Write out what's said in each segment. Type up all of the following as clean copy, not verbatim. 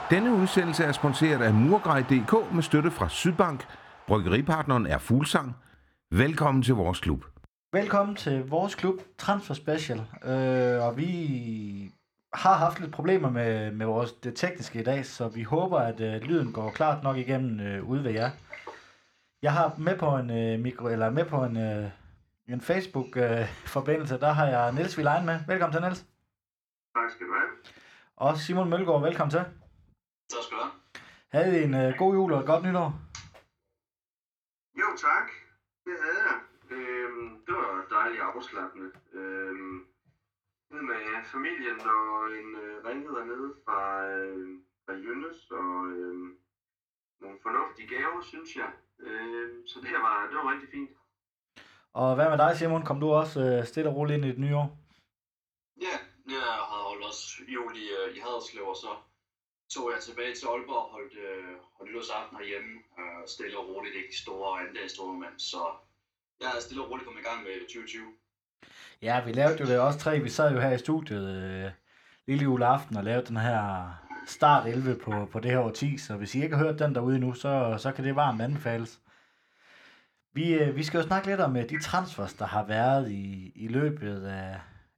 Denne udsendelse er sponsoreret af Murgrej.dk med støtte fra Sydbank. Bryggeripartneren er Fuglsang. Velkommen til vores klub. Velkommen til vores klub, Transfer Special. Og vi har haft lidt problemer med det tekniske i dag, så vi håber, at lyden går klart nok igennem ude ved jer. Jeg har med på en Facebook-forbindelse, der har jeg Niels Vilein med. Velkommen til, Niels. Tak skal du have. Og Simon Mølgaard, velkommen til. Tak skal du have. Havde I en god jul og et godt nytår? Jo tak, det havde jeg. Det var dejligt afslappende. Nede med familien og en ringhed dernede fra Jønnes og nogle fornuftige gaver, synes jeg. Så det var rigtig fint. Og hvad med dig, Simon? Kom du også stille og roligt ind i det nye år? Ja, jeg havde holdt også jul i Haderslev, og så tog jeg tilbage til Aalborg og holdt nytårsaften herhjemme. Stille og roligt, ikke store andagsstråler, men så jeg er stille og roligt kommet i gang med 2020. Ja, vi lavede jo det også tre. Vi sad jo her i studiet lille juleaften og lavede den her start 11 på det her årti, så hvis I ikke har hørt den derude endnu, så kan det varmt anbefales. Vi skal jo snakke lidt om de transfers, der har været i løbet af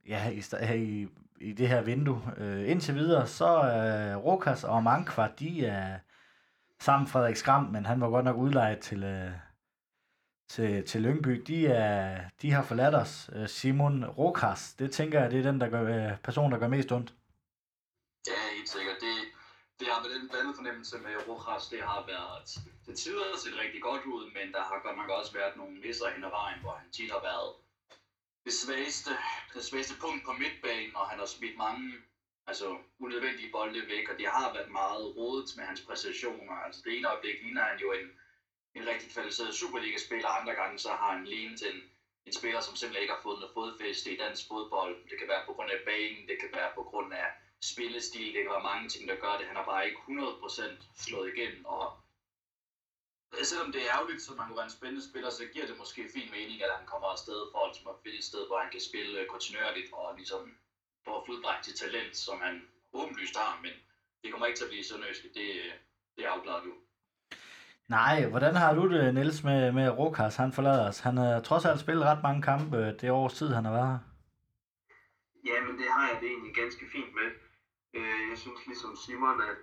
i det her vindue. Indtil videre, så er Rokas og Mankwa, de er sammen Frederik Skram, men han var godt nok udlejet til Lyngby. De har forladt os. Simon Rokas, det tænker jeg, det er den person, der gør mest ondt. Ja, helt sikkert. Det har været en blandet fornemmelse med Rokas. Det har været til tider set rigtig godt ud, men der har godt nok også været nogle misser hen ad vejen, hvor han tit har været det svageste punkt på midtbanen, og han har smidt mange unødvendige bolde væk, og det har været meget rodet med hans præstationer. Altså det ene øjeblik ligner han jo en rigtig kvalificeret Superliga-spiller, andre gange så har han lignet en spiller, som simpelthen ikke har fået noget fodfæste i dansk fodbold. Det kan være på grund af banen, det kan være på grund af spillestil, det kan være mange ting, der gør det. Han har bare ikke 100% slået igennem, og selvom det er ærgerligt, så man kunne være en spændende spiller, så giver det måske fin mening, at han kommer afsted for at finde et sted, hvor han kan spille kontinuerligt og ligesom få fuldbragt til talent, som han åbenlyst har, men det kommer ikke til at blive Sønderjyske, det er afklaret nu. Nej, hvordan har du det, Niels, med Rokas? Han forlader os. Han har trods alt spillet ret mange kampe det års tid, han har været her. Ja, men det har jeg det egentlig ganske fint med. Jeg synes ligesom Simon, at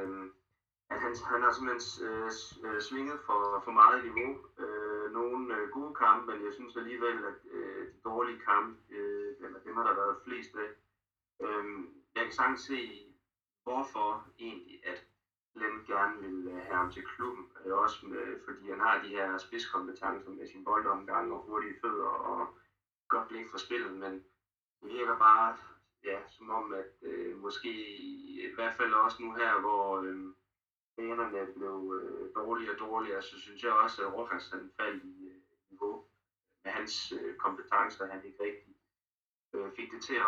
han har simpelthen svinget for meget niveau. Nogle gode kampe, men jeg synes alligevel, at de dårlige kampe, eller dem har der været flest af. Jeg kan sagtens se, hvorfor egentlig, at Lem gerne vil have ham til klubben. Også fordi han har de her spidskompetencer med sin boldomgang og hurtige fødder og godt blik for spillet, men det virker bare som om, at måske i hvert fald også nu her, hvor banerne blev dårligere og dårligere, så synes jeg også, at Rokas han faldt i niveau med hans kompetencer. Han ikke rigtig fik det til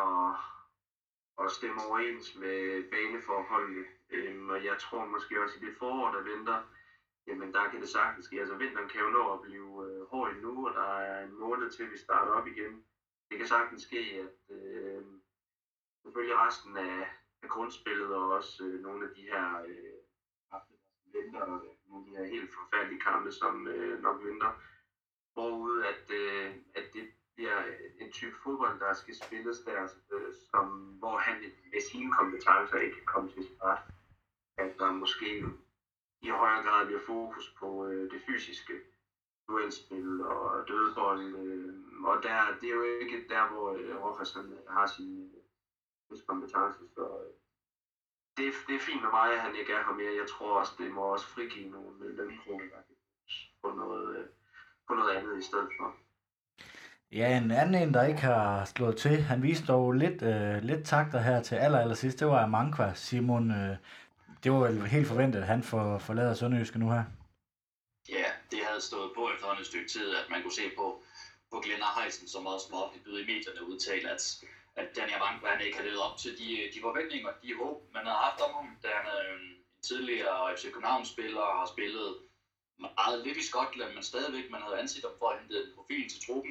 at stemme overens med baneforholdene. Og jeg tror måske også i det forår, der venter, jamen der kan det sagtens ske. Altså vinteren kan jo nå at blive hård endnu, og der er en måned til, vi starter op igen. Det kan sagtens ske, at selvfølgelig resten af grundspillet og også nogle af de her venter, nogle af de her helt forfærdelige kampe, som nok venter forud, at det bliver en type fodbold, der skal spilles der, hvor han med sine kompetencer ikke kan komme til sin ret. At der måske i højere grad bliver fokus på det fysiske duelspil og dødbold. Og det er jo ikke der, hvor Rokas har sine kompetencer. Så det er fint med mig, at han ikke er her mere. Jeg tror også, det må også frigive nogle lønkroner på noget andet i stedet for. Ja, en anden der ikke har slået til. Han viste dog lidt takter her til allersidst. Det var Mankwa. Simon, det var vel helt forventet, at han forlader Sønderjyske nu her. Ja, det havde stået på efterhånden et stykke tid, at man kunne se på Glenn Heisen, som også må opgivet i medierne udtale, at Daniel Mankwa han ikke har levet op til de forventninger, de håb, man havde haft om ham. Da han er en tidligere FC København-spiller og har spillet meget lidt i Skotland, men stadigvæk, man havde ansigt om for at hente en profil til truppen.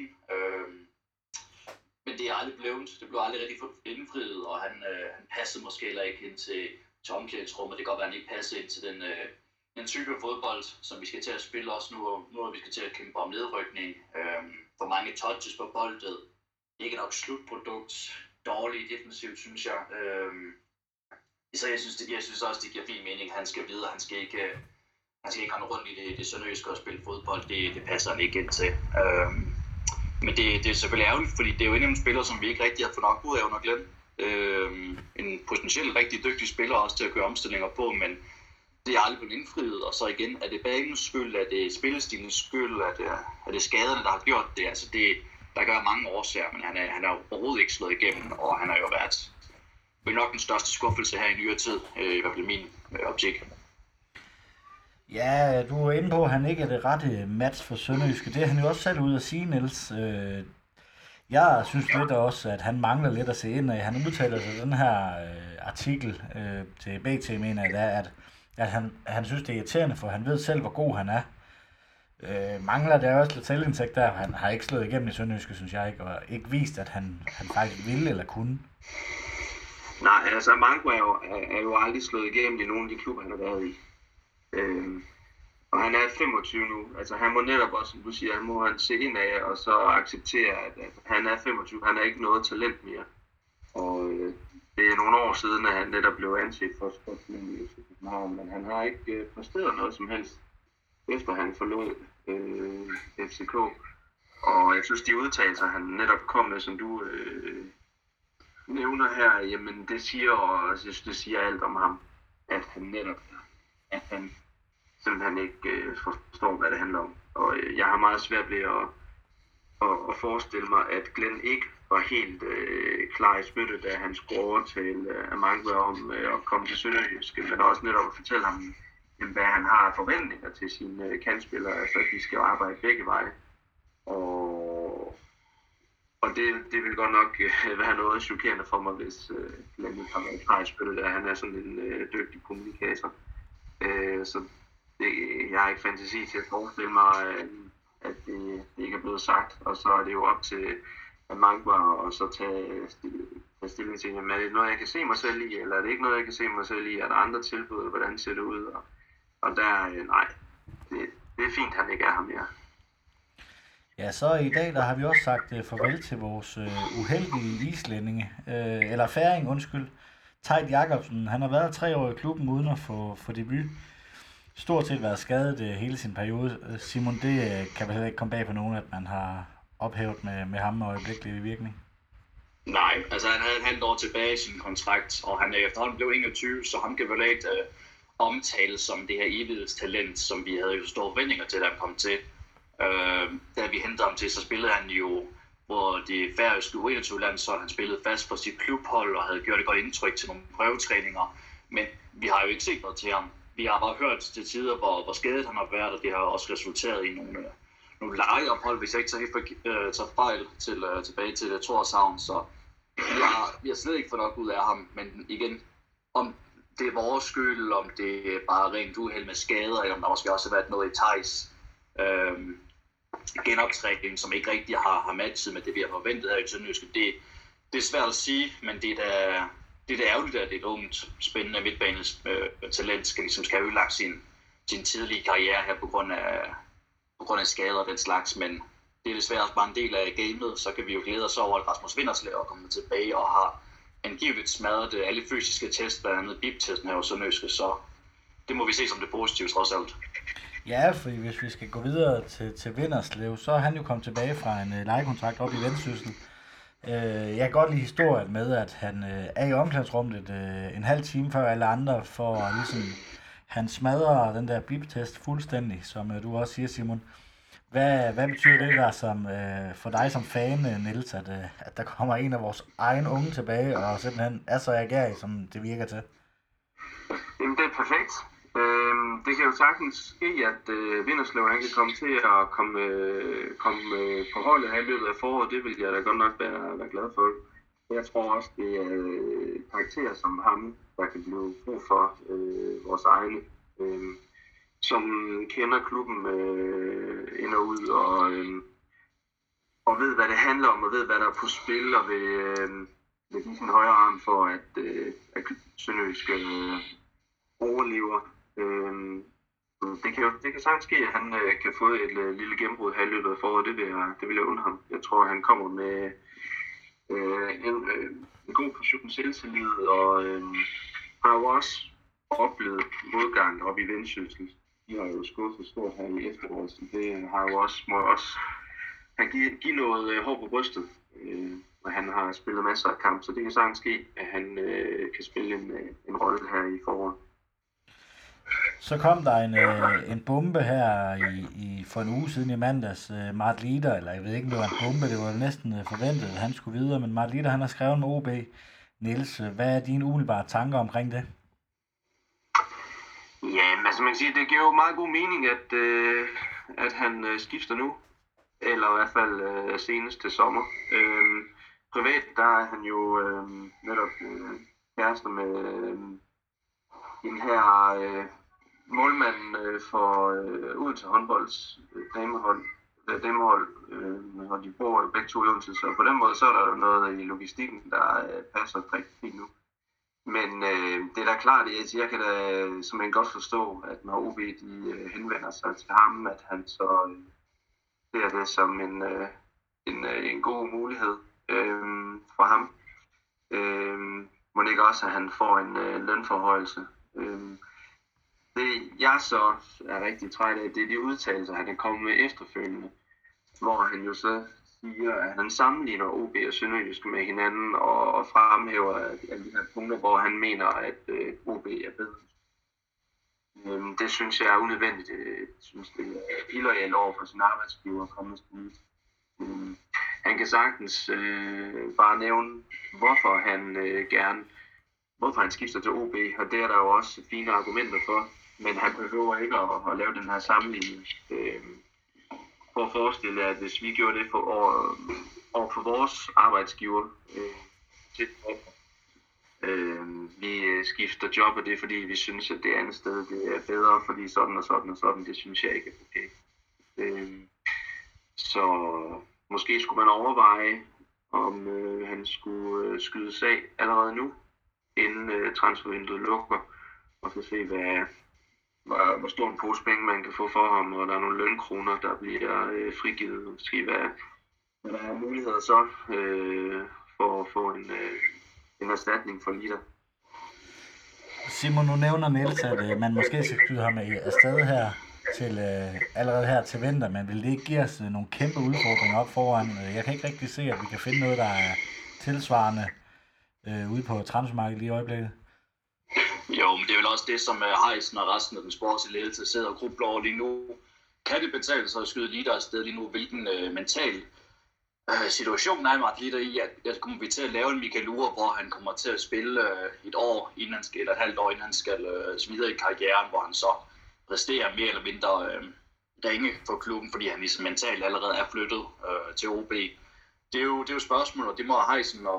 Men det er aldrig blevet. Det blev aldrig rigtig indfriet, og han passede måske heller ikke ind til til omklædningsrummet. Det kan godt være, at han ikke passer ind til den type fodbold, som vi skal til at spille også nu, når vi skal til at kæmpe om nedrykning. For mange touches på boldet. Ikke nok slutprodukt. Dårligt defensivt, synes jeg. Så jeg synes også, det giver fin mening. Han skal videre. Han skal ikke rende rundt i det sønderjyske og spille fodbold. Det passer han ikke ind til. Men det er selvfølgelig ærgerligt, fordi det er jo en af de spillere, som vi ikke rigtig har fået nok ud af under Glenn. En potentielt rigtig dygtig spiller også til at køre omstillinger på, men det er aldrig blevet indfriet. Og så igen, er det banens skyld, er det spillestilens skyld, er det skaderne, der har gjort det? Altså der gør mange årsager, men han er overhovedet ikke slået igennem, og han har jo været vel nok den største skuffelse her i nyere tid, i hvert fald min optik. Ja, du er inde på, at han ikke er det rette match for Sønderjyske. Det er han jo også selv ude at sige, Niels. Jeg synes lidt også, at han mangler lidt at se ind af. Han udtaler sig den her artikel til BT, mener jeg, at han synes, det er irriterende, for han ved selv, hvor god han er. Mangler der også lidt selvindsigt der. Han har ikke slået igennem i Sønderjyske, synes jeg ikke, og ikke vist, at han faktisk ville eller kunne. Nej, altså Mango er jo aldrig slået igennem i nogen af de klubber, han har været i. Og han er 25 nu. Altså han må netop også, som du siger, han må se ind af og så acceptere, at han er 25. Han er ikke noget talent mere. Og det er nogle år siden, at han netop blev anset for sportsmænd, men han har ikke præsteret noget som helst, efter han forlod FCK. Og jeg synes, de udtalelser, han netop kom med, som du nævner her, jamen det siger, og jeg synes, det siger alt om ham, at han netop, at han simpelthen ikke forstår, hvad det handler om. Og jeg har meget svært ved at forestille mig, at Glenn ikke var helt klar i spyttet, da han skulle overtale Amangwa om at komme til Sønderjyske, men også netop at fortælle ham, hvad han har af forventninger til sine kandspillere, altså at de skal arbejde begge veje. Og det vil godt nok være noget chokerende for mig, hvis Glenn ikke har været klar i spyttet, da han er sådan en dygtig kommunikator. Så jeg har ikke fantasi til at forestille mig, at det ikke er blevet sagt, og så er det jo op til Amangwa og så tage stilling til, er det noget, jeg kan se mig selv i, eller er det ikke noget, jeg kan se mig selv i, er der andre tilbud, hvordan ser det ud, og der, nej, det er fint, han ikke er her mere. Ja, så i dag, der har vi også sagt farvel til vores uheldige islændinge, eller færing, undskyld, Tejt Jacobsen. Han har været 3 år i klubben uden at få debut. Stort set været skadet hele sin periode. Simon, det kan vel heller ikke komme bag på nogen, at man har ophævet med ham og øjeblikkeligt i virkning? Nej, altså han havde et halvt år tilbage i sin kontrakt, og han efterhånden blev 21, så han kan vel ikke omtales som det her evighedstalent, som vi havde jo store forventninger til, at han kom til. Da vi hentede ham til, så spillede han jo, hvor det færøske U21-land, så han spillede fast på sit klubhold og havde gjort et godt indtryk til nogle prøvetræninger. Men vi har jo ikke set noget til ham. Vi har bare hørt til tider, hvor skadet han har været, og det har også resulteret i nogle lejeophold, hvis jeg ikke tager fejl tilbage til Tórshavn. Så vi har slet ikke fået nok ud af ham. Men igen, om det er vores skyld, om det er bare rent uheld med skader, eller om der måske også har været noget i Thijs genoptrækning, som ikke rigtig har matchet med det, vi har forventet her i Sønderjyske. Det er svært at sige, men det er da ærgerligt, at et ungt, spændende midtbanes talent skal have ødelagt sin tidlige karriere her på grund af skader og den slags, men det er desværre også bare en del af gamet. Så kan vi jo glæde os over, at Rasmus Vinderslev er kommet tilbage og har angiveligt smadret alle fysiske tests, blandt andet BIP-testen her hos Sønderjyske, så det må vi se som det positive trods alt. Ja, fordi hvis vi skal gå videre til Vinderslev, så er han jo kommet tilbage fra en lejekontrakt op i Vendsyssel. Jeg kan godt lide historien med, at han er i omklædningsrummet en halv time før alle andre, for ligesom han smadrer den der BIP-test fuldstændig, som du også siger, Simon. Hvad betyder det der for dig som fan, Niels, at der kommer en af vores egen unge tilbage, og simpelthen er så agerig, som det virker til? Jamen, det er perfekt. Det kan jo sagtens ske, at Vinderslev han kan komme til at komme på holdet her i løbet af foråret. Det vil jeg da godt nok være glad for. Jeg tror også, det er karakterer som ham, der kan blive brug for vores egne, som kender klubben ind og ud og ved, hvad det handler om, og ved, hvad der er på spil, og vil give sin højre arm for, at Sønderjysk overlever. Det kan sagtens ske, at han kan få et lille gennembrud her i løbet af foråret. Det vil jeg undre ham. Jeg tror, at han kommer med en god portion selvtillid, og har jo også oplevet modgang op i Vendsyssel. De har jo skuffet stort her i efteråret, så det har jo også, må også give noget hår på brystet. Og han har spillet masser af kampe, så det kan sagtens ske, at han kan spille en rolle her i foråret. Så kom der en bombe her for en uge siden i mandags. Mart Lider, eller jeg ved ikke, om det var en bombe, det var næsten forventet, at han skulle videre, men Mart Lider, han har skrevet med OB. Niels, hvad er dine umiddelbare tanker omkring det? Ja, altså man kan sige, det giver jo meget god mening, at han skifter nu, eller i hvert fald senest til sommer. Privat, der er han jo netop kærester med den her målmanden for Odense håndbolds damehold, og de bor jo begge to i Odense, så på den måde så er der jo noget i logistikken, der passer rigtig fint nu. Men det er da klart, at jeg kan da simpelthen godt forstå, at når OB de henvender sig til ham, at han så ser det som en god mulighed for ham. Må ikke også, at han får en lønforhøjelse. Det jeg så er rigtig træt af, det er de udtalelser, han er kommet med efterfølgende, hvor han jo så siger, at han sammenligner OB og Sønderjysk med hinanden og fremhæver alle de her punkter, hvor han mener, at OB er bedre. Det synes jeg er unødvendigt. Jeg synes, det er illoyalt over for sin arbejdsgiver at komme med. Han kan sagtens bare nævne, hvorfor han skifter til OB, og det er der jo også fine argumenter for, men han behøver ikke at lave den her sammenligning. For at forestille jer, at hvis vi gjorde det over for vores arbejdsgiver, vi skifter job, og det er fordi, vi synes, at det andet sted det er bedre, fordi sådan og sådan og sådan, det synes jeg ikke er okay. Så måske skulle man overveje, om han skulle skyde sag allerede nu, inden transfervinduet lukker, og så se, hvor stor en pose penge man kan få for ham, og der er nogle lønkroner, der bliver frigivet. Måske hvad der er muligheder så for at få en erstatning for Lider. Simon, nu nævner Niels, at man måske skal skyde ham afsted her til, allerede her til vinter, men vil det ikke give os nogle kæmpe udfordringer op foran? Jeg kan ikke rigtig se, at vi kan finde noget, der er tilsvarende ude på transfermarkedet lige i øjeblikket. Jo, men det er vel også det, som Heisen og resten af den sportslige ledelse sidder og grubler over lige nu. Kan det betale sig at skyde Lider afsted lige nu? Hvilken mental situation er Mart Lider i, at kommer vi til at lave en Michael Ure, hvor han kommer til at spille et år, inden han skal, eller et halvt år, inden han skal videre i karrieren, hvor han så præsterer mere eller mindre ringe for klubben, fordi han ligesom mentalt allerede er flyttet til OB. Det er jo spørgsmål, og det må Heisen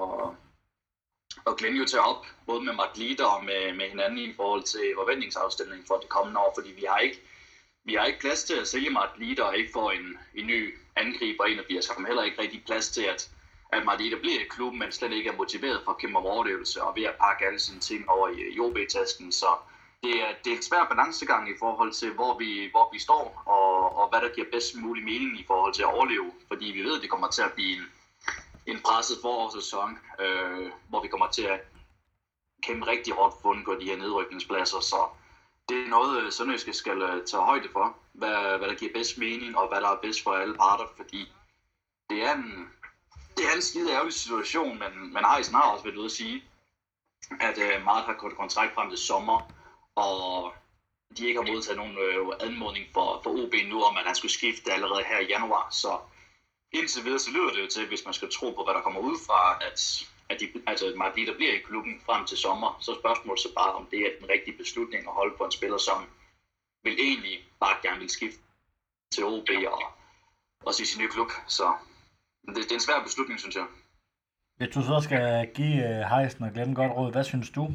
og Glenn jo tage op, både med Mart Lider og med hinanden i forhold til forventningsafstemningen for det kommende år, fordi vi har ikke plads til at sælge Mart Lider og ikke få en ny angriber ind, og vi har heller ikke rigtig plads til, at Mart Lider bliver i klubben, men slet ikke er motiveret for at kæmpe om overlevelse og ved at pakke alle sine ting over i OB-tasken. Så det er en svær balancegang i forhold til, hvor vi står, og hvad der giver bedst mulig mening i forhold til at overleve, fordi vi ved, at det kommer til at blive en presset forårssæson, hvor vi kommer til at kæmpe rigtig hårdt for at undgå de her nedrykningspladser, så det er noget, Sønderjyske skal tage højde for, hvad der giver bedst mening, og hvad der er bedst for alle parter, fordi det er en skide ærgerlig situation, men Heisen har også været ude at sige, at Mart har kontrakt frem til sommer, og de ikke har modtaget nogen anmodning for OB nu, om at han skulle skifte allerede her i januar, så indtil videre så lyder det jo til, hvis man skal tro på, hvad der kommer ud fra, at Mart Lider bliver i klubben frem til sommer, så er spørgsmålet så bare, om det er den rigtige beslutning at holde på en spiller, som vil egentlig bare gerne vil skifte til OB og sige sin nye klub. Så det er en svær beslutning, synes jeg. Hvis du så skal give Heisen og Glenn godt råd, hvad synes du?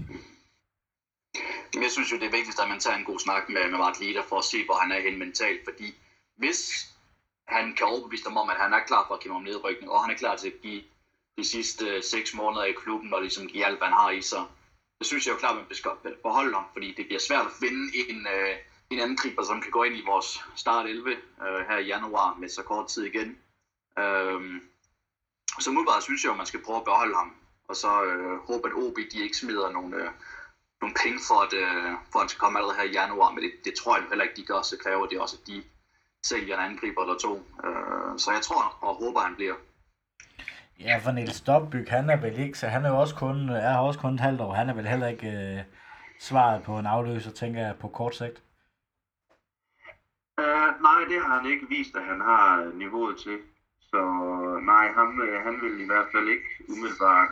Jeg synes jo, det er vigtigt, at man tager en god snak med Mart Lider for at se, hvor han er henne mentalt, fordi hvis han kan overbevise dem om, at han er klar for at kæmpe om nedrykning, og han er klar til at give de sidste 6 måneder i klubben, og ligesom give alt, hvad han har i sig. Det synes jeg jo klart, at man skal beholde ham, fordi det bliver svært at finde en angriber, som kan gå ind i vores start 11 her i januar med så kort tid igen. Så umiddelbart synes jeg, at man skal prøve at beholde ham, og så håbe, at OB de ikke smider nogle penge for at han skal komme allerede her i januar, men det tror jeg heller ikke, de gør, så kræver det også, at de sælger en angriber eller to. Så jeg tror og håber, han bliver. Ja, for Niels Stopbyg, han er vel ikke, så han er jo også kun et halvt år. Han er vel heller ikke svaret på en afløser, tænker jeg, på kort sigt. Nej, det har han ikke vist, at han har niveauet til. Så nej, han vil i hvert fald ikke umiddelbart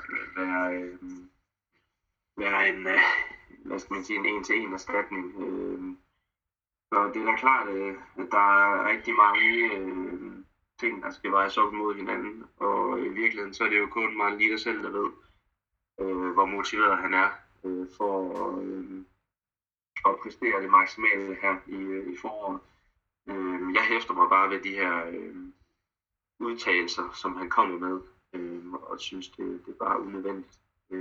være en, hvad skal man sige, en en-til-en erstatning. Så det er da klart, at der er rigtig mange ting, der skal vejes op mod hinanden. Og i virkeligheden, så er det jo kun Martin Lider selv, der ved, hvor motiveret han er for at præstere det maksimale her i foråret. Jeg hæfter mig bare ved de her udtalelser, som han kommer med, og synes, det er bare unødvendigt.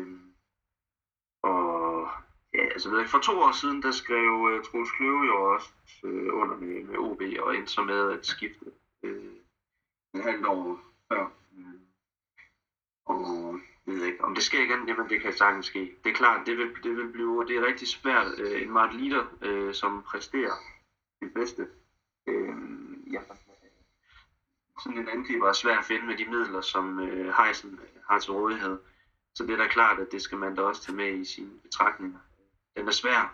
Og ja, altså for 2 år siden, der skrev Troels Kløve jo også under med OB, og endte så med at skifte et halvt år før. Og jeg ved ikke, om det sker igen, jamen det kan sagtens ske. Det er klart, det er rigtig svært. En Martin Lider, som præsterer det bedste. Ja, sådan en angriber er svært at finde med de midler, som Heisen har til rådighed. Så det er da klart, at det skal man da også tage med i sine betragtninger. Den er svær,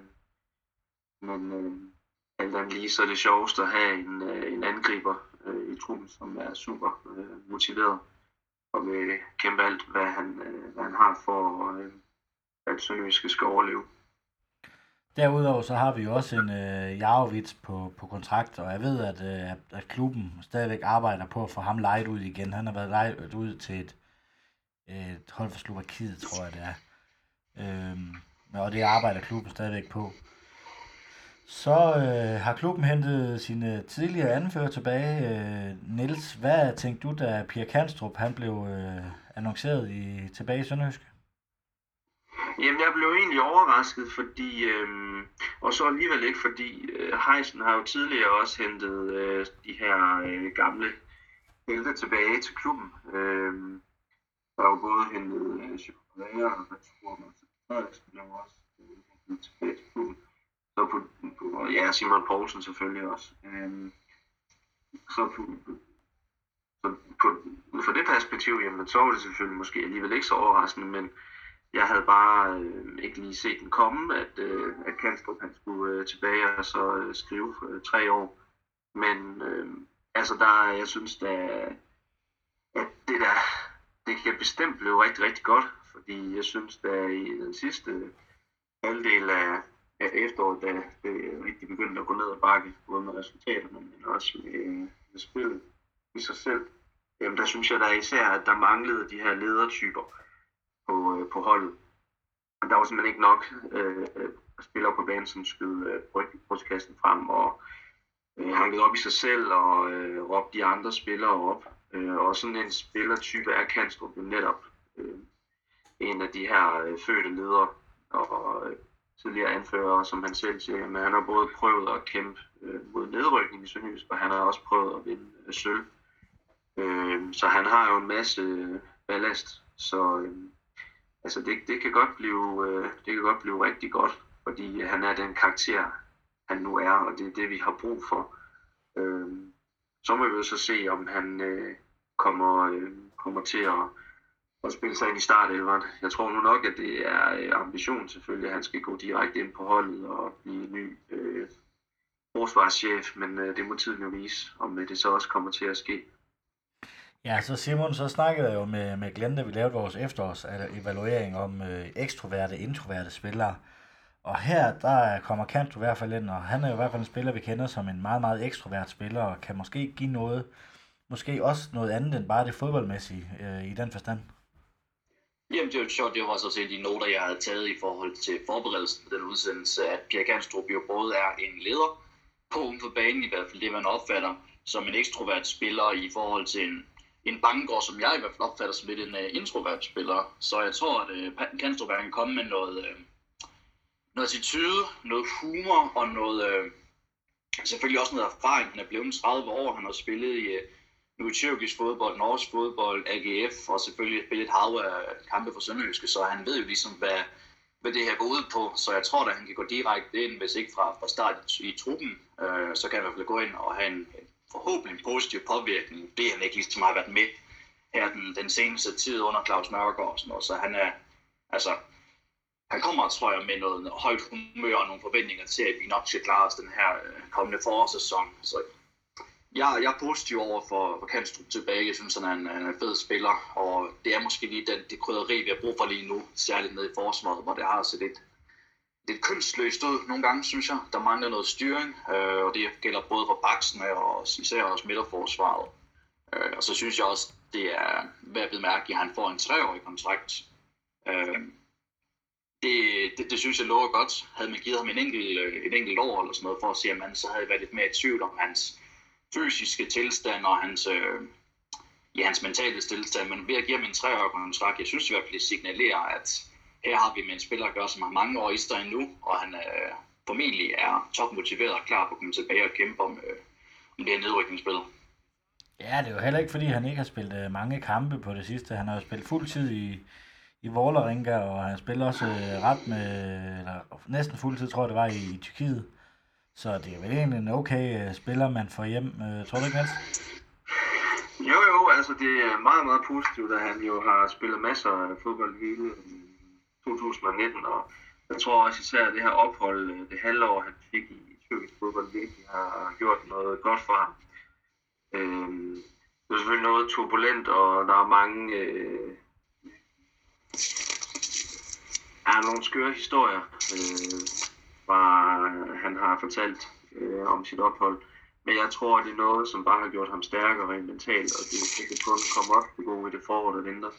men alt andet lige, så er det sjovest at have en angriber i truppen, som er super motiveret og vil kæmpe alt, hvad han har for, at Sønderjyske skal overleve. Derudover så har vi jo også en Jarovits på kontrakt, og jeg ved, at klubben stadigvæk arbejder på at få ham lejet ud igen. Han har været lejet ud til et hold for Slovakiet, tror jeg det er. Og det arbejder klubben stadigvæk på. Så har klubben hentet sine tidligere anfører tilbage. Niels, hvad tænkte du, da Pia Kanstrup han blev annonceret tilbage i Sønderjyske? Jamen, jeg blev egentlig overrasket, fordi, og så alligevel ikke, fordi Heisen har jo tidligere også hentet de her gamle helte tilbage til klubben. Der er jo både hentet Chipolaya og Frederiksen, der var også tilbage til klubben. Så ja, Simon Poulsen selvfølgelig også. Så for det perspektiv, jamen, så var det selvfølgelig måske alligevel ikke så overraskende, men jeg havde bare ikke lige set den komme, at Kanstrup han skulle tilbage og så skrive for 3 år. Men altså jeg synes at det kan bestemt blive rigtig, rigtig godt, fordi jeg synes, i den sidste halvdel af efteråret, da det rigtig begyndte at gå ned ad bakke, både med resultaterne, men også med spillet i sig selv, jamen der synes jeg da især, at der manglede de her ledertyper på holdet. Og der var simpelthen ikke nok spillere på banen, som skød brystkassen frem og hankede op i sig selv og råbte de andre spillere op. Og sådan en spillertype er Kanstrup netop en af de her fødte ledere og tidligere anfører, som han selv siger, men han har både prøvet at kæmpe mod nedrykning i Sønderjysk, og han har også prøvet at vinde sølv. Så han har jo en masse ballast, så altså det kan godt blive rigtig godt, fordi han er den karakter, han nu er, og det er det, vi har brug for. Så må vi jo så se, om han kommer til at spille sig ind i startelveren. Jeg tror nu nok, at det er ambitionen selvfølgelig, at han skal gå direkte ind på holdet og blive ny forsvarschef, men det må tiden jo vise, om det så også kommer til at ske. Ja, så Simon, så snakkede jeg jo med Glenn, da vi lavede vores efterårsevaluering om ekstroverte, introverte spillere. Og her, der kommer Kanstrup i hvert fald ind, og han er jo i hvert fald en spiller, vi kender som en meget, meget ekstrovert spiller, og kan måske give noget, måske også noget andet end bare det fodboldmæssige i den forstand. Jamen, det er jo sjovt, det var så til de noter, jeg havde taget i forhold til forberedelsen på den udsendelse, at Pia Kanstrup jo både er en leder på uden for banen, i hvert fald det, man opfatter som en ekstrovert spiller i forhold til en Bangegaard, som jeg i hvert fald opfatter som lidt en introvert spiller. Så jeg tror, at Kanstrup kan komme med noget attitude, noget humor og noget, selvfølgelig også noget erfaring. Han er blevet 30 år, han har spillet i tyrkisk fodbold, norsk fodbold, AGF og selvfølgelig spillet et hav af kampe for Sønderjyske, så han ved jo ligesom, hvad det her går ud på. Så jeg tror, at han kan gå direkte ind, hvis ikke fra start i truppen, så kan han i hvert fald gå ind og have en forhåbentlig en positiv påvirkning. Det han ikke ligesom har været med her den seneste tid under Claus Nørgaard og sådan noget. Så han kommer, tror jeg, med noget højt humør og nogle forventninger til, at vi nok skal klare os den her kommende forårssæson. Så jeg er positiv over for Kanstrup tilbage. Jeg synes, han er en fed spiller, og det er måske lige det krydderi, vi har brug for lige nu, særligt nede i forsvaret, hvor det har set lidt kønsløst ud nogle gange, synes jeg. Der mangler noget styring, og det gælder både for baksene og især også midterforsvaret. Og så synes jeg også, det er værd at bemærke, at han får en 3-årig kontrakt. Det synes jeg lover godt. Havde man givet ham en enkelt år eller sådan noget for at se, at man så havde været lidt mere i tvivl om hans fysiske tilstand og hans mentale tilstand. Men ved at give ham en 3-årig kontrakt, jeg synes i hvert fald, det signalerer, at her har vi med en spiller at gøre, som har mange år i sig endnu, og han formentlig er topmotiveret og klar på at komme tilbage og kæmpe om det her nedrykningsspil. Ja, det er jo heller ikke, fordi han ikke har spillet mange kampe på det sidste. Han har jo spillet fuldtid i Vålerenga, og han spiller også næsten fuldtid, tror jeg det var, i Tyrkiet. Så det er vel egentlig en okay spiller, man får hjem. Tror du ikke, Niels? Jo, altså det er meget, meget positivt, at han jo har spillet masser af fodbold hele 2019, og jeg tror også især, at det her ophold, det halvår, han fik i tyrkisk fodbold, virkelig har gjort noget godt for ham. Det er selvfølgelig noget turbulent, og der er mange nogle skøre historier, han har fortalt om sit ophold. Men jeg tror, at det er noget, som bare har gjort ham stærkere rent mentalt, og det kan kun komme op det gode i det forår, der venter.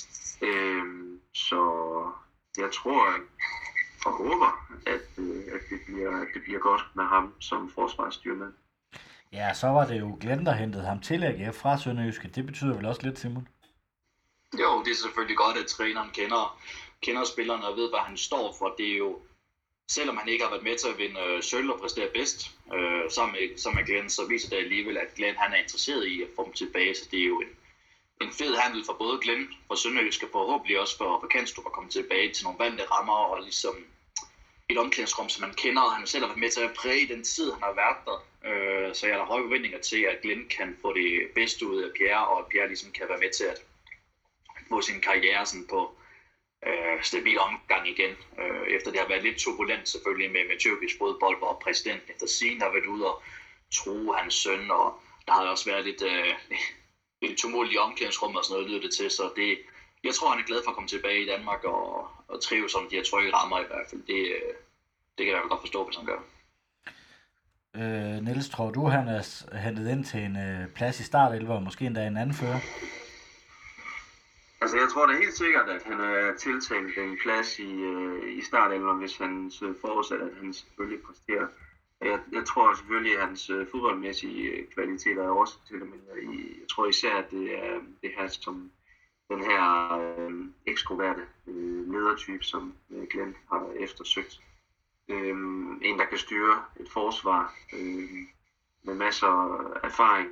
Så jeg tror og håber, at det bliver godt med ham som forsvarsstyrmand. Ja, så var det jo Glenn, der hentede ham til AGF fra Sønderjyske. Det betyder vel også lidt, Simon? Jo, det er selvfølgelig godt, at træneren kender spillerne og ved, hvad han står for. Det er jo, selvom han ikke har været med til at vinde sølv og præstere bedst sammen med Glenn, så viser det alligevel, at Glenn han er interesseret i at få dem tilbage. Så det er jo en fed handel for både Glenn og Sønderjyske, forhåbentlig også for Kanstrup at komme tilbage til nogle vante rammer og ligesom et omklædningsrum, som man kender, og han selv har været med til at præge den tid, han har været der. Så jeg har høje forventninger til, at Glenn kan få det bedste ud af Pierre, og at Pierre ligesom kan være med til at få sin karriere sådan på stabil omgang igen. Efter det har været lidt turbulent selvfølgelig med tyrkisk fodbold, hvor præsidenten efter sin har været ude og true hans søn, og der har også været lidt tumult i omklædningsrummet og sådan noget, lyder det til. Så jeg tror, han er glad for at komme tilbage i Danmark og trives som de her trygge rammer i hvert fald. Det kan jeg godt forstå, hvis han gør. Niels, tror du, han er hentet ind til en plads i startelver, og måske endda en anden fører? Altså, jeg tror da helt sikkert, at han er tiltænkt en plads i startelveren, hvis han forudsætter, at han selvfølgelig præsterer. Jeg tror selvfølgelig, at hans fodboldmæssige kvaliteter er også til det, men jeg tror især, at det er det her som den her ekstroverte ledertype, som Glenn har eftersøgt. En, der kan styre et forsvar med masser af erfaring.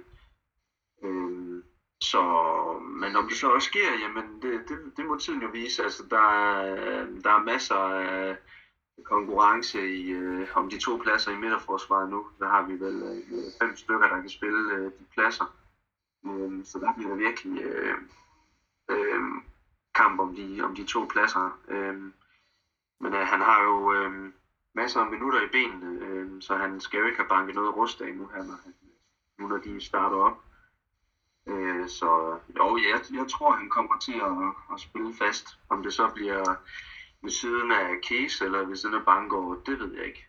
Men om det så også sker, jamen det må tiden jo vise. Altså, der er masser af konkurrence om de 2 pladser i midterforsvaret nu. Der har vi vel 5 stykker, der kan spille de pladser. Så der bliver virkelig kamp om de 2 pladser. Men han har jo masser af minutter i benene, så han skal jo ikke have banket noget rust af nu her, når de starter op. Så jo, jeg tror, han kommer til at spille fast. Om det så bliver ved siden af Kees eller ved siden af Bangegaard, det ved jeg ikke.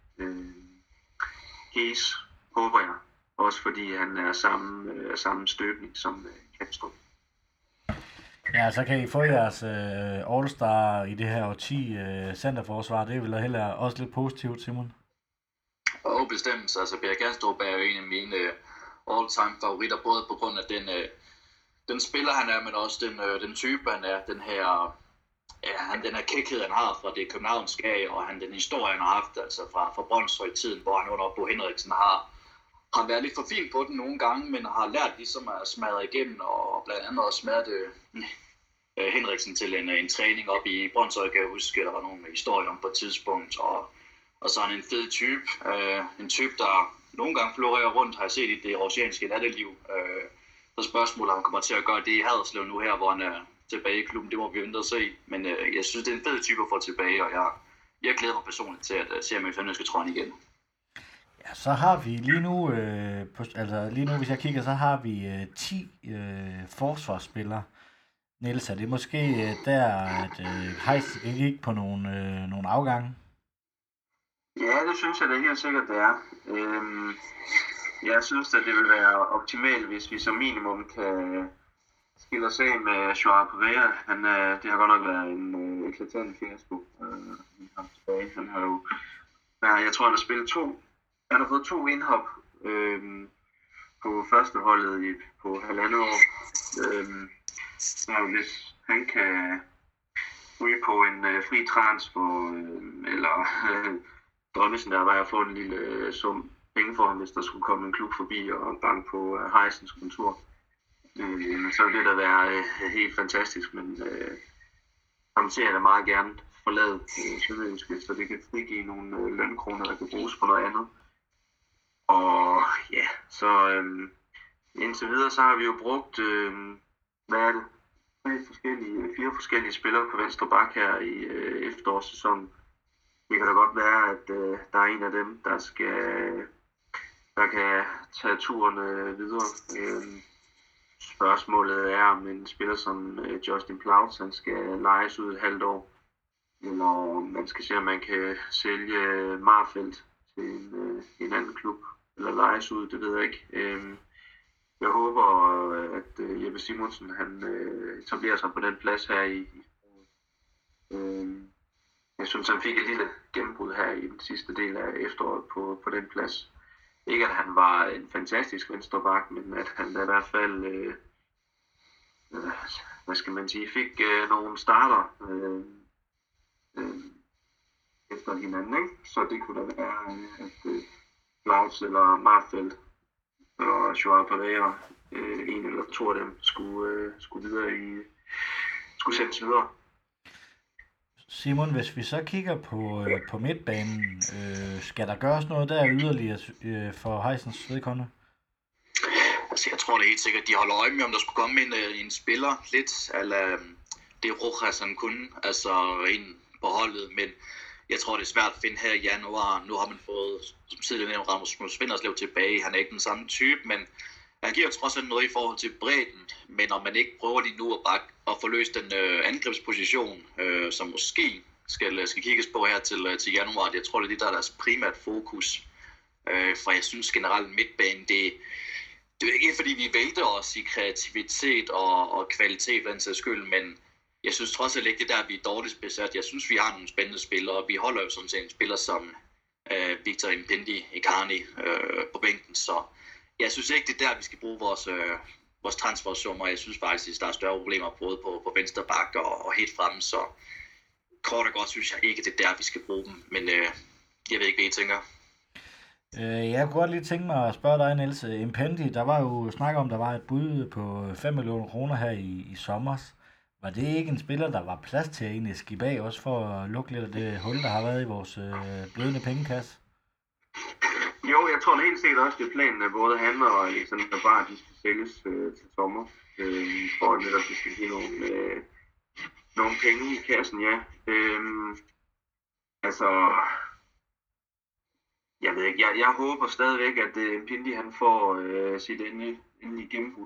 Kees håber jeg, også fordi han er samme støbning som Kanstrup. Ja, så kan I få jeres All-Star i det her årti centerforsvar. Det er vel heller også lidt positivt, Simon? Og bestemt. Altså, Pierre Kanstrup er jo en af mine all-time favoritter, både på grund af den spiller han er, men også den type han er, den her kækhed han har fra det københavnske, og den historie han har haft, altså fra Brøndshøj-tiden, hvor han under Bo Henriksen har været lidt for fin på den nogle gange, men har lært ligesom at smadre igennem, og blandt andet også smadret Henriksen til en træning op i Brøndshøj, kan jeg huske, der var nogle historier om på et tidspunkt, og så er han en fed type, en type, der nogle gange florerer rundt, har jeg set i det oceanske natteliv. Så spørgsmålet, om han kommer til at gøre det i Haderslev nu her, hvor han er tilbage i klubben, det må vi vente og se. Men jeg synes, det er en fed type at få tilbage, og jeg glæder mig personligt til at se ham i Fandøske trøjen igen. Ja, så har vi lige nu, hvis jeg kigger, så har vi 10 forsvarsspillere. Niels, er det måske der, at Heisen gik på nogle afgange? Ja, det synes jeg da helt sikkert, det er. Jeg synes, at det vil være optimalt, hvis vi som minimum kan skille os af med Joao Pereira. Det har godt nok været en eklatant fiasko. Han har jo, jeg tror, han har spillet han har fået 2 indhop på førsteholdet på 1,5 år. Så hvis han kan ryge på en fri transfer, eller drømmesen der var at få en lille sum penge for ham, hvis der skulle komme en klub forbi og banke på Heisens kontor. Så ville det da være helt fantastisk, men ham ser jeg da meget gerne forlade Sønderjyske, så det kan frigive nogle lønkroner, der kan bruges på noget andet. Og ja, så indtil videre, så har vi jo brugt, 4 forskellige spillere på venstre bak her i efterårssæsonen. Det kan da godt være, at der er en af dem, der kan tage turen videre. Spørgsmålet er, om en spiller som Justin Plautz, han skal lejes ud et halvt år, eller man skal se, om man kan sælge Marfeldt til en anden klub, eller lejes ud, det ved jeg ikke. Jeg håber, at Jeppe Simonsen han etablerer sig på den plads her i. Jeg synes, han fik et lille gennembrud her i den sidste del af efteråret på den plads. Ikke at han var en fantastisk venstreback, men at han i hvert fald, fik nogle starter efter hinanden, ikke? Så det kunne da være, at Claus eller Marfeldt og Joao Pereira, en eller to af dem, skulle sendes videre. Simon, hvis vi så kigger på midtbanen, skal der gøres noget der yderligere for Heisens vedkommende? Altså, jeg tror det helt sikkert, de holder øje med, om der skulle komme en spiller lidt, eller det Rojas han kunne, altså en på holdet, men jeg tror det er svært at finde her i januar. Nu har man fået, som tidligere nævnt, Rasmus Vinderslev tilbage. Han er ikke den samme type, men han giver trods alt noget i forhold til bredden. Men om man ikke prøver lige nu at få løst den angrebsposition, som måske skal kigges på her til januar, jeg tror det er det, der er deres primært fokus. For jeg synes generelt midtbanen, det er ikke fordi vi vælter os i kreativitet og kvalitet for den sags skyld, men jeg synes trods alt ikke, det der, vi er dårligt besat. Jeg synes, vi har nogle spændende spillere. Vi holder jo sådan set en spiller som Victor Impendi Icarni på bænken. Så jeg synes ikke, det er der, vi skal bruge vores transfersummer. Jeg synes faktisk, at der er større problemer både på venstre bak og helt fremme. Så kort og godt synes jeg ikke, det er der, vi skal bruge dem. Men jeg ved ikke, hvad I tænker. Jeg kunne godt lige tænke mig at spørge dig, Niels. Impendi, der var jo snak om, der var et bud på 5 millioner kroner her i sommers. Var det ikke en spiller, der var plads til at egentlig skibe af, også for at lukke lidt af det hul, der har været i vores blødende pengekasse? Jo, jeg tror helt sikkert også, det er planen, at både han og Alexander Bard, de skal sælges til sommer. For at netop, de skal give nogle penge i kassen, ja. Jeg ved ikke, jeg håber stadigvæk, at Pindi han får sit endelige gennembrud.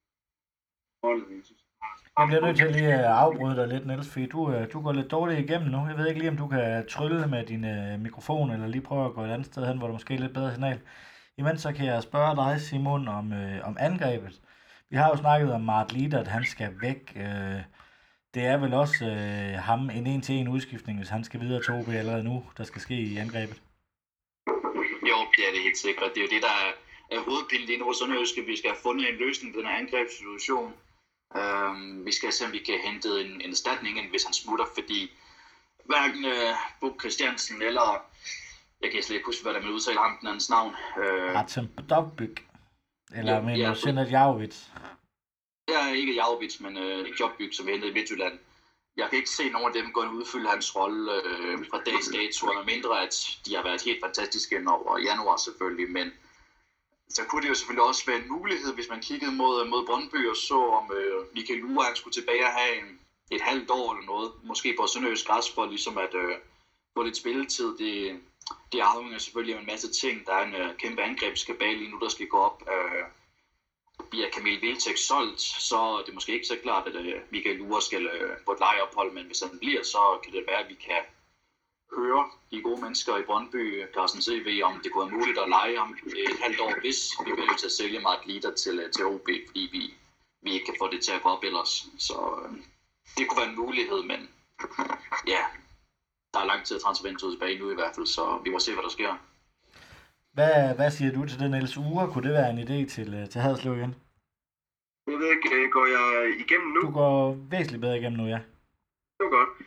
Jeg bliver nødt til lige at afbryde dig lidt, Niels, fordi du går lidt dårligt igennem nu. Jeg ved ikke lige, om du kan trylle med din mikrofon, eller lige prøve at gå et andet sted hen, hvor der måske er lidt bedre signal. Imens så kan jeg spørge dig, Simon, om angrebet. Vi har jo snakket om Mart Lider, at han skal væk. Det er vel også ham en 1-til-1 udskiftning, hvis han skal videre til OB allerede nu, der skal ske i angrebet. Jo, det er det helt sikkert. Det er jo det, der er hovedpinen lige nu. Så vi skal have fundet en løsning på den her angrebssituation. Vi skal se, om vi kan hente en erstatning ind, hvis han smutter, fordi hverken Buk Christiansen eller, jeg kan slet ikke huske, hvad der er med udtale ham, den andens navn. Artem Dobbyk. Eller Ja, med ja, Senat Javovits. Ja, ikke Javovits, men Jobbyk, som vi hentede i Midtjylland. Jeg kan ikke se nogen af dem gå og udfylde hans rolle fra dags dato, eller mindre at de har været helt fantastiske ind over januar selvfølgelig, men så kunne det jo selvfølgelig også være en mulighed, hvis man kiggede mod Brøndby og så om Michael Ure han skulle tilbage og have et halvt år eller noget, måske på Sønderjysk græs for ligesom at få lidt spilletid. Det afhænger selvfølgelig af en masse ting. Der er en kæmpe angrebskabale lige nu, der skal gå op. Bliver Kamil Vilcek solgt, så er det måske ikke så klart, at Michael Ure skal på et lejeophold, men hvis han bliver, så kan det være, at vi kan høre de gode mennesker i Brøndby, Carsten CV, om det kunne være muligt at leje ham et halvt år, hvis vi vil til at sælge Mark Lider til OB, fordi vi ikke kan få det til at gå op ellers. Så det kunne være en mulighed, men ja, der er lang tid at transfervinduet tilbage nu i hvert fald, så vi må se, hvad der sker. Hvad siger du til den Niels Ure? Kunne det være en idé til Haderslev igen? Jeg ved ikke, går jeg igennem nu? Du går væsentligt bedre igennem nu, ja. Det var godt.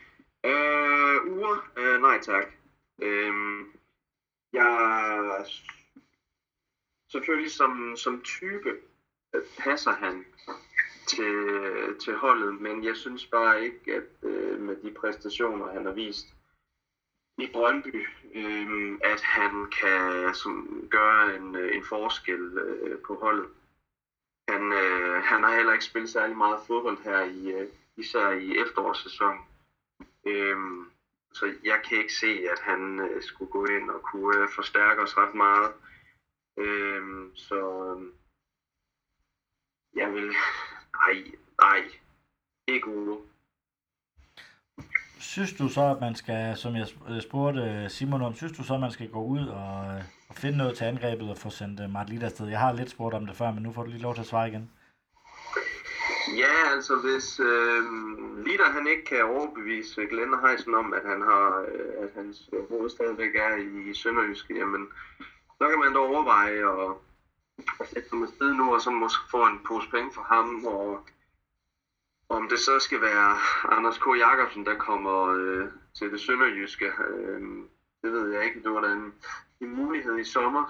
Nej tak. Jeg selvfølgelig som type passer han til holdet, men jeg synes bare ikke, at med de præstationer, han har vist i Brøndby, at han kan gøre en forskel på holdet. Han har heller ikke spillet særlig meget fodbold her især i efterårssæsonen. Så jeg kan ikke se, at han skulle gå ind og kunne forstærke os ret meget. Så jeg vil... Nej. Ikke Ure. Synes du så, at man skal, som jeg spurgte Simon om, synes du så, at man skal gå ud og finde noget til angrebet og få sendt Mark Lider afsted? Jeg har lidt spurgt om det før, men nu får du lige lov til at svare igen. Ja, altså hvis Lider han ikke kan overbevise Glenn Heisen om, at hans hoved stadigvæk er i Sønderjyske, jamen så kan man da overveje at sætte ham afsted nu, og så måske få en pose penge for ham, og om det så skal være Anders K. Jacobsen, der kommer til det Sønderjyske, det ved jeg ikke. Det var da en mulighed i sommer,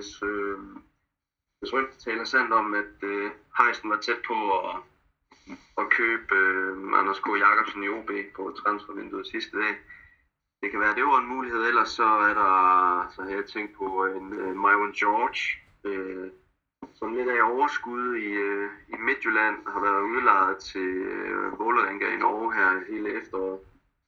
hvis rygtet taler sandt om, at Heisen var tæt på at købe Anders K. Jacobsen i OB på transfervinduet sidste dag. Det kan være, det var en mulighed, ellers så har jeg tænkt på en Myron George, som lidt af overskud i Midtjylland, har været udlejet til Vålerenga i Norge her hele efteråret.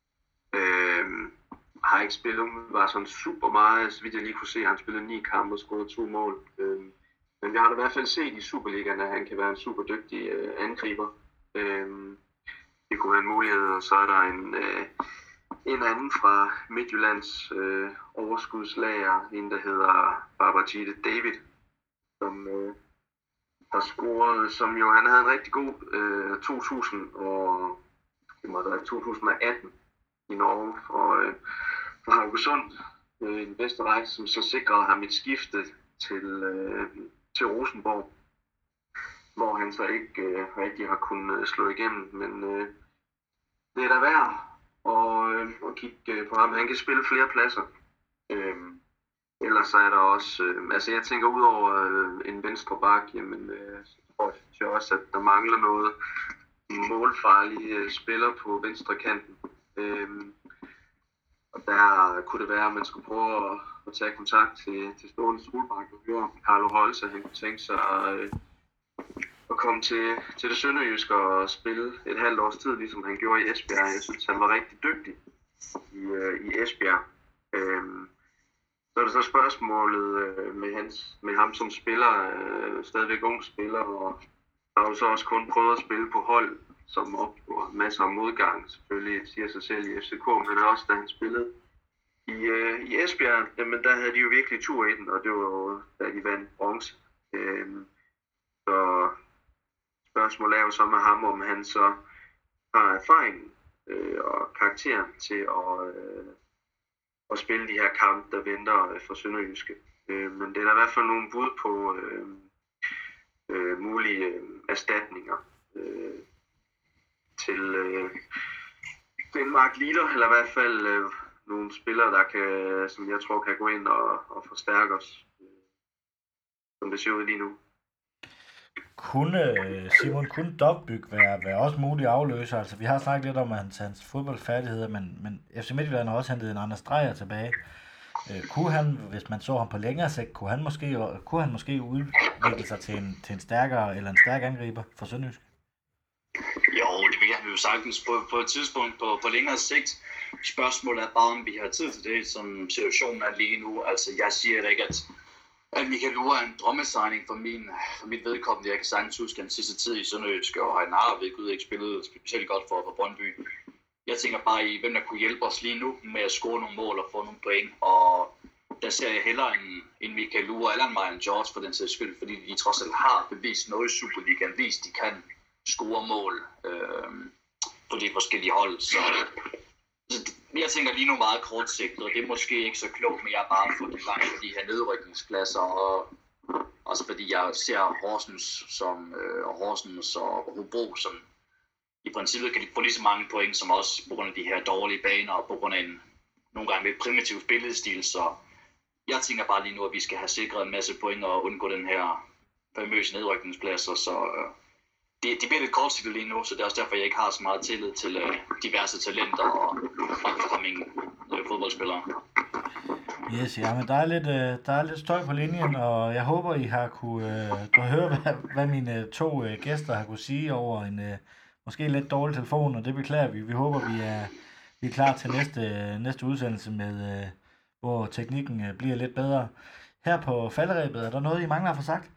Har ikke spillet umiddelbart sådan super meget, så vidt jeg lige kunne se, han spillede 9 kampe og scorede 2 mål. Men vi har da i hvert fald set i Superligaen, at han kan være en super dygtig angriber. Det kunne være en mulighed, og så er der en anden fra Midtjyllands overskudslager, en der hedder Babajide David, som har scoret, som jo han havde en rigtig god 2018 i Norge for Haugesund i den bedste rejse, som så sikrede ham et skifte til Rosenborg, hvor han så ikke rigtig har kunnet slå igennem, men det er da værd at kigge på ham. Han kan spille flere pladser. Ellers så er der også, jeg tænker ud over en venstre bak, jamen så synes jeg også, at der mangler noget målfarlige spiller på venstre kanten. Og der kunne det være, at man skulle prøve at tage kontakt til Stående Solbakke og høre om Carlo Holse, han kunne tænke sig at komme til det Sønderjyske og spille et halvt års tid, ligesom han gjorde i Esbjerg. Jeg synes, han var rigtig dygtig i Esbjerg. Så er det så spørgsmålet med ham som spiller, stadigvæk ung spiller, og har jo så også kun prøvet at spille på hold, som opnår masser af modgang, selvfølgelig siger sig selv i FCK, men også da han spillede i Esbjerg, jamen der havde de jo virkelig tur i den, og det var jo da de vandt bronze. Så spørgsmålet er jo så med ham, om han så har erfaring og karakter til at spille de her kampe, der venter for Sønderjyske. Men det er der i hvert fald nogle bud på mulige erstatninger. til Denmark Leader, eller i hvert fald nogle spillere, der kan, som jeg tror kan gå ind og forstærke os, som det ser ud lige nu. Kunne Dovbyk være også mulig afløser? Altså, vi har snakket lidt om hans fodboldfærdigheder, men FC Midtjylland har også hentet en Anders Dreyer tilbage. Kunne han, hvis man så ham på længere sigt, kunne han måske udvikle sig til en stærkere eller en stærk angriber for Sønderjysk? Jo, det vil jeg jo sagtens på et tidspunkt på længere sigt. Spørgsmålet er bare, om vi har tid til det, som situationen er lige nu. Altså, jeg siger da ikke, at Michael Ure er en drømmesigning for mit vedkommende. Jeg kan sagtens huske den sidste tid i Sønderjysk, og han har ved ikke spillet specielt godt for Brøndby. Jeg tænker bare i, hvem der kunne hjælpe os lige nu med at score nogle mål og få nogle point. Og der ser jeg hellere en Michael Ure eller en Marian George for den sags skyld, fordi de trods alt har bevist noget i Superligaen, vist de kan score mål på de forskellige hold. Så jeg tænker lige nu meget kortsigtet, og det er måske ikke så klogt, men jeg er bare for de her nedrykningspladser, og også fordi jeg ser Horsens og Hobro, som i princippet kan de få lige så mange point som os, på grund af de her dårlige baner, og på grund af nogle gange lidt primitiv spillestil, så jeg tænker bare lige nu, at vi skal have sikret en masse point og undgå den her famøse nedrykningspladser, så det bliver lidt kortsigtet lige nu, så det er også derfor, jeg ikke har så meget tillid til diverse talenter og upcoming fodboldspillere. Yes, ja, men der er lidt støj på linjen, og jeg håber, I har kunne høre, hvad mine to gæster har kunne sige over en måske lidt dårlig telefon, og det beklager vi. Vi håber, vi er klar til næste udsendelse, med hvor teknikken bliver lidt bedre. Her på falderæbet, er der noget, I mangler at få sagt?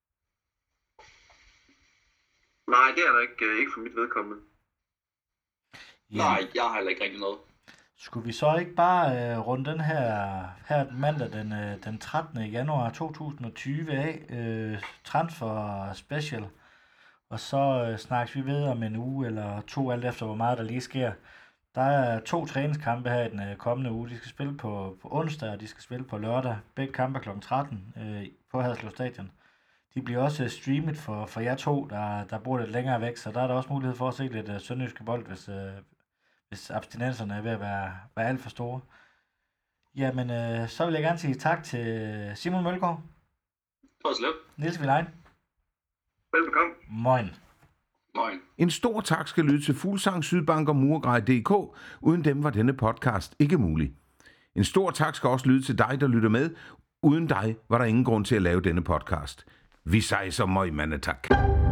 Nej, det er der ikke for mit vedkommende. Ja. Nej, jeg har heller ikke rigtig noget. Skulle vi så ikke bare runde den her mandag den 13. januar 2020 af, transfer special, og så snakkes vi ved om en uge eller to, alt efter hvor meget der lige sker. Der er 2 træningskampe her i den kommende uge. De skal spille på onsdag, og de skal spille på lørdag. Begge kampe kl. 13 på Haderslev Stadion. De bliver også streamet for jer to, der bor lidt længere væk, så der er der også mulighed for at se lidt sønderjyske bold, hvis abstinenserne er ved at være alt for store. Jamen, så vil jeg gerne sige tak til Simon Mølgaard. Niels Vilein. Velbekomme. Moin. Moin. En stor tak skal lyde til Fuglsang, Sydbank og Murgrej.dk. Uden dem var denne podcast ikke mulig. En stor tak skal også lyde til dig, der lytter med. Uden dig var der ingen grund til at lave denne podcast. Vi siger så meget, mandetak.